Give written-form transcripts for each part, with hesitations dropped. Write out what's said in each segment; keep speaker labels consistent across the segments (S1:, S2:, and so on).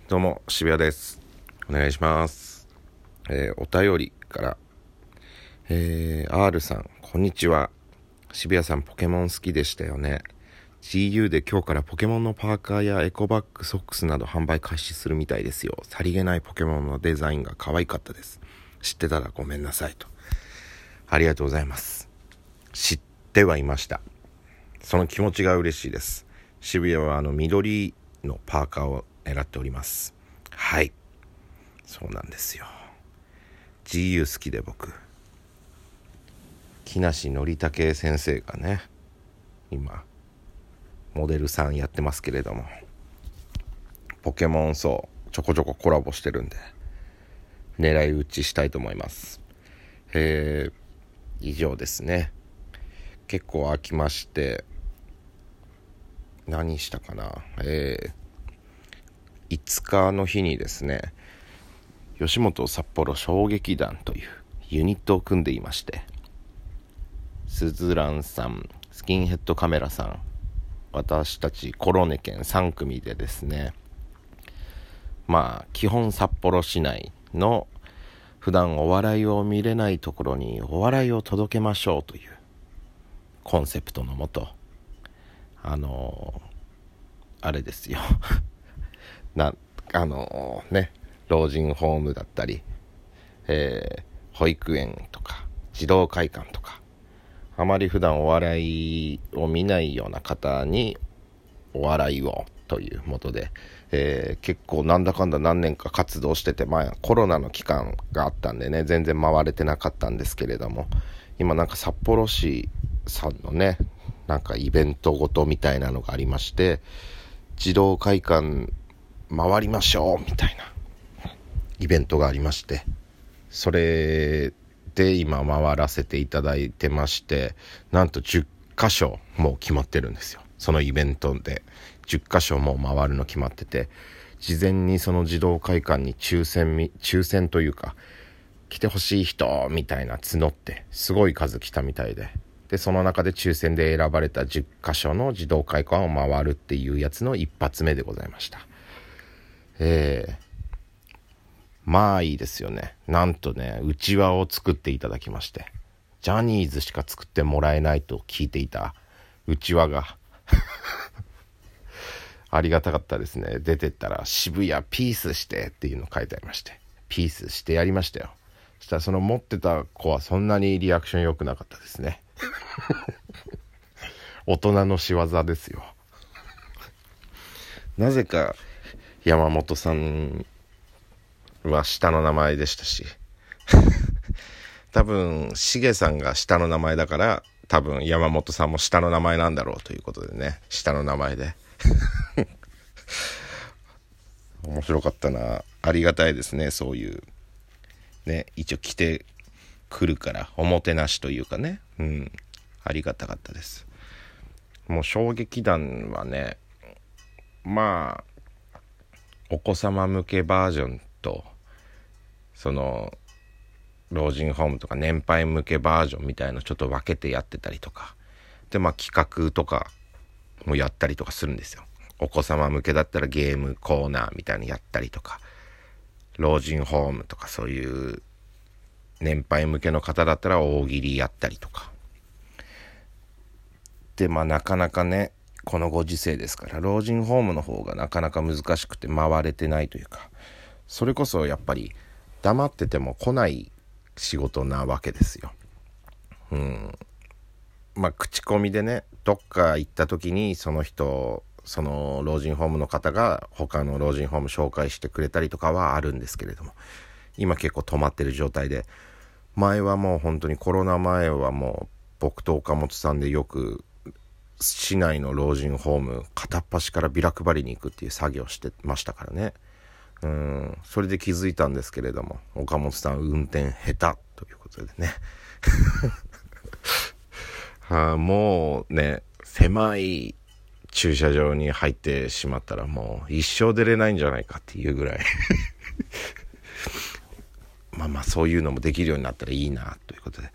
S1: どうも渋谷です。お願いします。お便りから、R さんこんにちは。渋谷さんポケモン好きでしたよね。 GU で今日からポケモンのパーカーやエコバッグ、ソックスなど販売開始するみたいですよ。さりげないポケモンのデザインが可愛かったです。知ってたらごめんなさいと。ありがとうございます。知ってはいました。その気持ちが嬉しいです。渋谷は緑のパーカーを狙っております。はい、そうなんですよ。 GU 好きで、僕木梨憲武先生がね今モデルさんやってますけれども、ポケモンちょこちょこコラボしてるんで狙い撃ちしたいと思います。以上ですね。結構飽きまして、何したかな。5日の日にですね、吉本札幌小劇団というユニットを組んでいまして、スズランさん、スキンヘッドカメラさん、私たちコロネ県3組でですね、基本札幌市内の普段お笑いを見れないところにお笑いを届けましょうというコンセプトのもと、あれですよ老人ホームだったり、保育園とか児童会館とか、あまり普段お笑いを見ないような方にお笑いをというもとで、結構なんだかんだ何年か活動してて、コロナの期間があったんでね、全然回れてなかったんですけれども、今札幌市さんのねイベントごとみたいなのがありまして、児童会館回りましょうみたいなイベントがありまして、それで今回らせていただいてまして、なんと10カ所もう決まってるんですよ。そのイベントで10カ所もう回るの決まってて、事前にその児童会館に抽選というか、来てほしい人みたいな募ってすごい数来たみたいで、その中で抽選で選ばれた10カ所の児童会館を回るっていうやつの一発目でございました。いいですよね。なんとね、うちわを作っていただきまして、ジャニーズしか作ってもらえないと聞いていたうちわがありがたかったですね。出てったら渋谷ピースしてっていうの書いてありまして、ピースしてやりましたよ。そしたらその持ってた子はそんなにリアクション良くなかったですね大人の仕業ですよ。なぜか山本さんは下の名前でしたし多分しげさんが下の名前だから、多分山本さんも下の名前なんだろうということでね、下の名前で面白かったな。ありがたいですね。そういうね、一応来てくるからおもてなしというかね、ありがたかったです。もう衝撃団はね、お子様向けバージョンと、その老人ホームとか年配向けバージョンみたいなちょっと分けてやってたりとかで、企画とかもやったりとかするんですよ。お子様向けだったらゲームコーナーみたいなのやったりとか、老人ホームとかそういう年配向けの方だったら大喜利やったりとかで、なかなかね、このご時世ですから老人ホームの方がなかなか難しくて回れてないというか、それこそやっぱり黙ってても来ない仕事なわけですよ。口コミでね、どっか行った時にその老人ホームの方が他の老人ホーム紹介してくれたりとかはあるんですけれども、今結構止まってる状態で、前はもう本当にコロナ前はもう僕と岡本さんでよく市内の老人ホーム片っ端からビラ配りに行くっていう作業してましたからね。それで気づいたんですけれども、岡本さん運転下手ということでねもうね、狭い駐車場に入ってしまったらもう一生出れないんじゃないかっていうぐらいそういうのもできるようになったらいいなということで、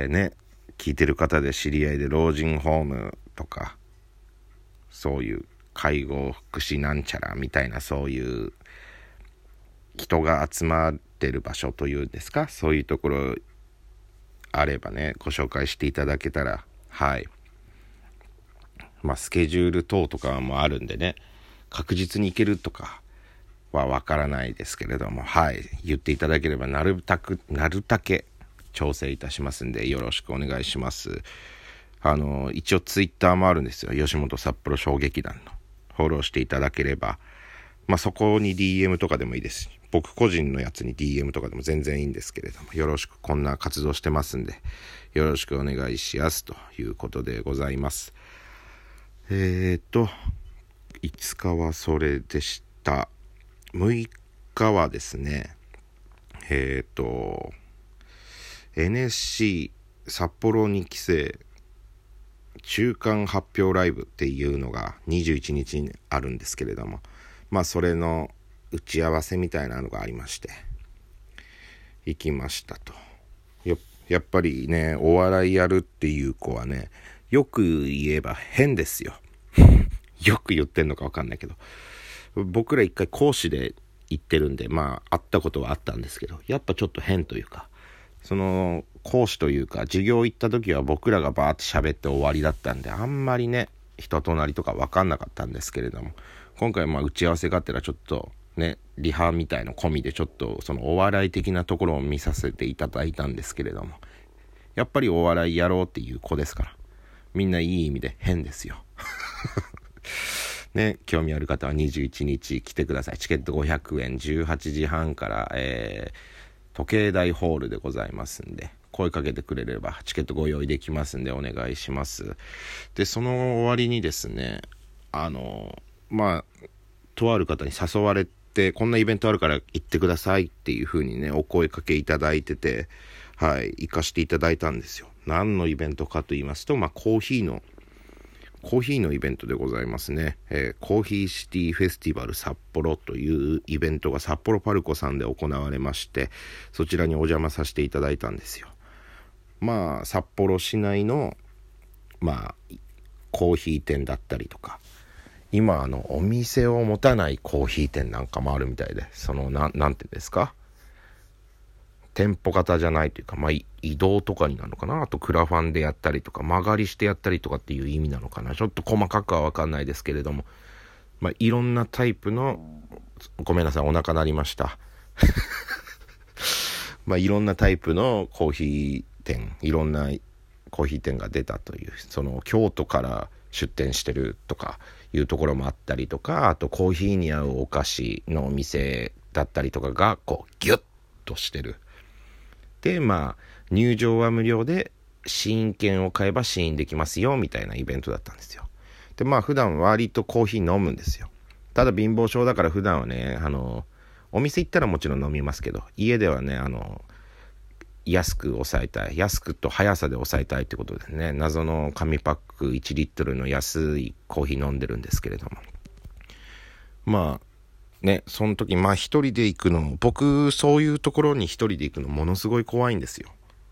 S1: 聞いてる方で知り合いで老人ホームとかそういう介護福祉なんちゃらみたいな、そういう人が集まってる場所というんですか、そういうところあればね、ご紹介していただけたら、はい。スケジュール等とかもあるんでね、確実に行けるとかはわからないですけれども、はい。言っていただければなるたけ調整いたしますんで、よろしくお願いします。一応ツイッターもあるんですよ。吉本札幌小劇団の。フォローしていただければ、そこに DM とかでもいいですし、僕個人のやつに DM とかでも全然いいんですけれども、よろしく、こんな活動してますんで、よろしくお願いしますということでございます。5日はそれでした。6日はですね、NSC 札幌2期生中間発表ライブっていうのが21日にあるんですけれども、それの打ち合わせみたいなのがありまして、行きましたと。やっぱりね、お笑いやるっていう子はね、よく言えば変ですよ。よく言ってんのか分かんないけど、僕ら一回講師で行ってるんで、会ったことはあったんですけど、やっぱちょっと変というか、その講師というか授業行った時は僕らがバーって喋って終わりだったんで、あんまりね人となりとか分かんなかったんですけれども、今回打ち合わせがてらちょっとねリハみたいの込みでちょっとそのお笑い的なところを見させていただいたんですけれども、やっぱりお笑いやろうっていう子ですから、みんないい意味で変ですよね、興味ある方は21日来てください。チケット500円、18時半から時計台ホールでございますんで、声かけてくれればチケットご用意できますんでお願いします。で、その終わりにですね、とある方に誘われて、こんなイベントあるから行ってくださいっていう風にねお声かけいただいてて、はい、行かせていただいたんですよ。何のイベントかと言いますと、コーヒーのイベントでございますね。コーヒーシティフェスティバル札幌というイベントが札幌パルコさんで行われまして、そちらにお邪魔させていただいたんですよ。札幌市内のコーヒー店だったりとか、今お店を持たないコーヒー店なんかもあるみたいで、そのなんていうんですか、店舗型じゃないというか、移動とかになるのかな、あとクラファンでやったりとか間借りしてやったりとかっていう意味なのかな、ちょっと細かくは分かんないですけれども、いろんなタイプの、ごめんなさいお腹鳴りましたいろんなタイプのコーヒー店、いろんなコーヒー店が出たという、その京都から出店してるとかいうところもあったりとか、あとコーヒーに合うお菓子のお店だったりとかがこうギュッとしてる。で入場は無料で試飲券を買えば試飲できますよみたいなイベントだったんですよ。で普段割とコーヒー飲むんですよ。ただ貧乏症だから普段はねお店行ったらもちろん飲みますけど、家ではね安く抑えたい、安くと速さで抑えたいってことでね、謎の紙パック1リットルの安いコーヒー飲んでるんですけれども、その時一人で行くの、僕そういうところに一人で行くのものすごい怖いんですよ。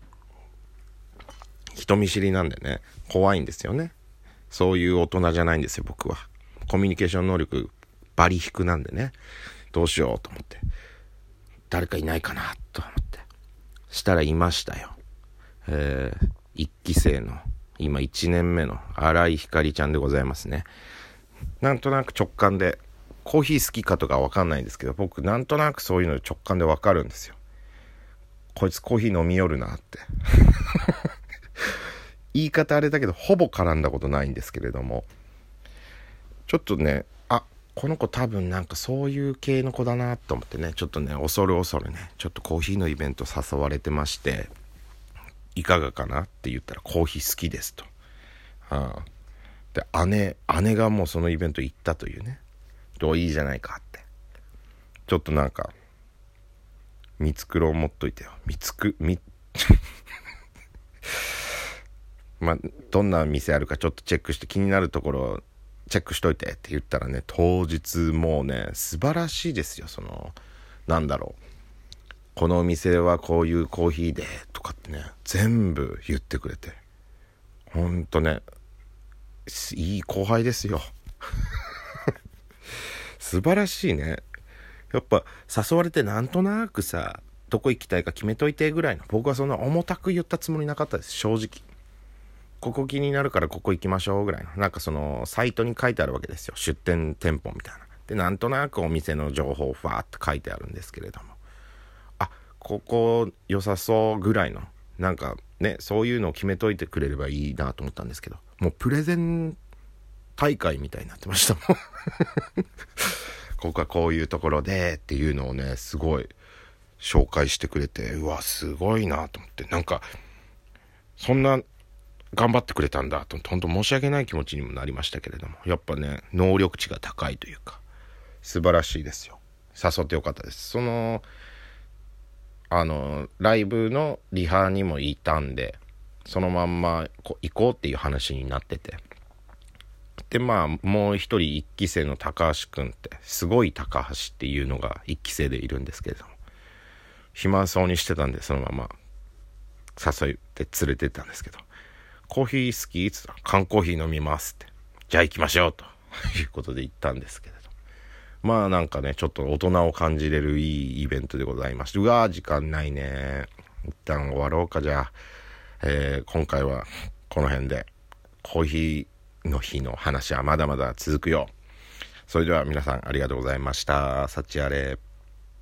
S1: 人見知りなんでね怖いんですよね。そういう大人じゃないんですよ僕は。コミュニケーション能力バリ低なんでね、どうしようと思って、誰かいないかなと思って、したらいましたよ。1期生の今1年目の新井ひかりちゃんでございますね。なんとなく直感で、コーヒー好きかとかわかんないんですけど、僕なんとなくそういうの直感でわかるんですよ。こいつコーヒー飲みよるなって言い方あれだけどほぼ絡んだことないんですけれども、ちょっとねこの子多分なんかそういう系の子だなと思ってね、ちょっとね恐るねちょっとコーヒーのイベント誘われてまして、いかがかなって言ったらコーヒー好きですと、で姉がもうそのイベント行ったというね、どういいじゃないかって、ちょっとなんか見繕を持っといてよ、どんな店あるかちょっとチェックして、気になるところチェックしといてって言ったらね、当日もうね素晴らしいですよ。このお店はこういうコーヒーでとかってね全部言ってくれて、ほんとねいい後輩ですよ素晴らしいね。やっぱ誘われてなんとなくさ、どこ行きたいか決めといてぐらいの、僕はそんな重たく言ったつもりなかったです、正直。ここ気になるからここ行きましょうぐらいの、なんかそのサイトに書いてあるわけですよ、出店店舗みたいな。でなんとなくお店の情報をファーって書いてあるんですけれども、あ、ここ良さそうぐらいの、なんかね、そういうのを決めといてくれればいいなと思ったんですけど、もうプレゼン大会みたいになってましたもんここはこういうところでっていうのをね、すごい紹介してくれて、うわすごいなと思って、なんかそんな頑張ってくれたんだと、本当申し訳ない気持ちにもなりましたけれども、やっぱね、能力値が高いというか素晴らしいですよ。誘ってよかったです。ライブのリハにもいたんで、そのまんま行こうっていう話になってて、でまあもう一人一期生の高橋くんって、すごい高橋っていうのが一期生でいるんですけれども、暇そうにしてたんで、そのまま誘って連れてったんですけど、コーヒー好きって言ったら、缶コーヒー飲みますって、じゃあ行きましょうということで行ったんですけれど、まあなんかね、ちょっと大人を感じれるいいイベントでございまして、うわー時間ないね、一旦終わろうか。じゃあ、今回はこの辺で、コーヒーの日の話はまだまだ続くよ。それでは皆さんありがとうございました。幸あれ。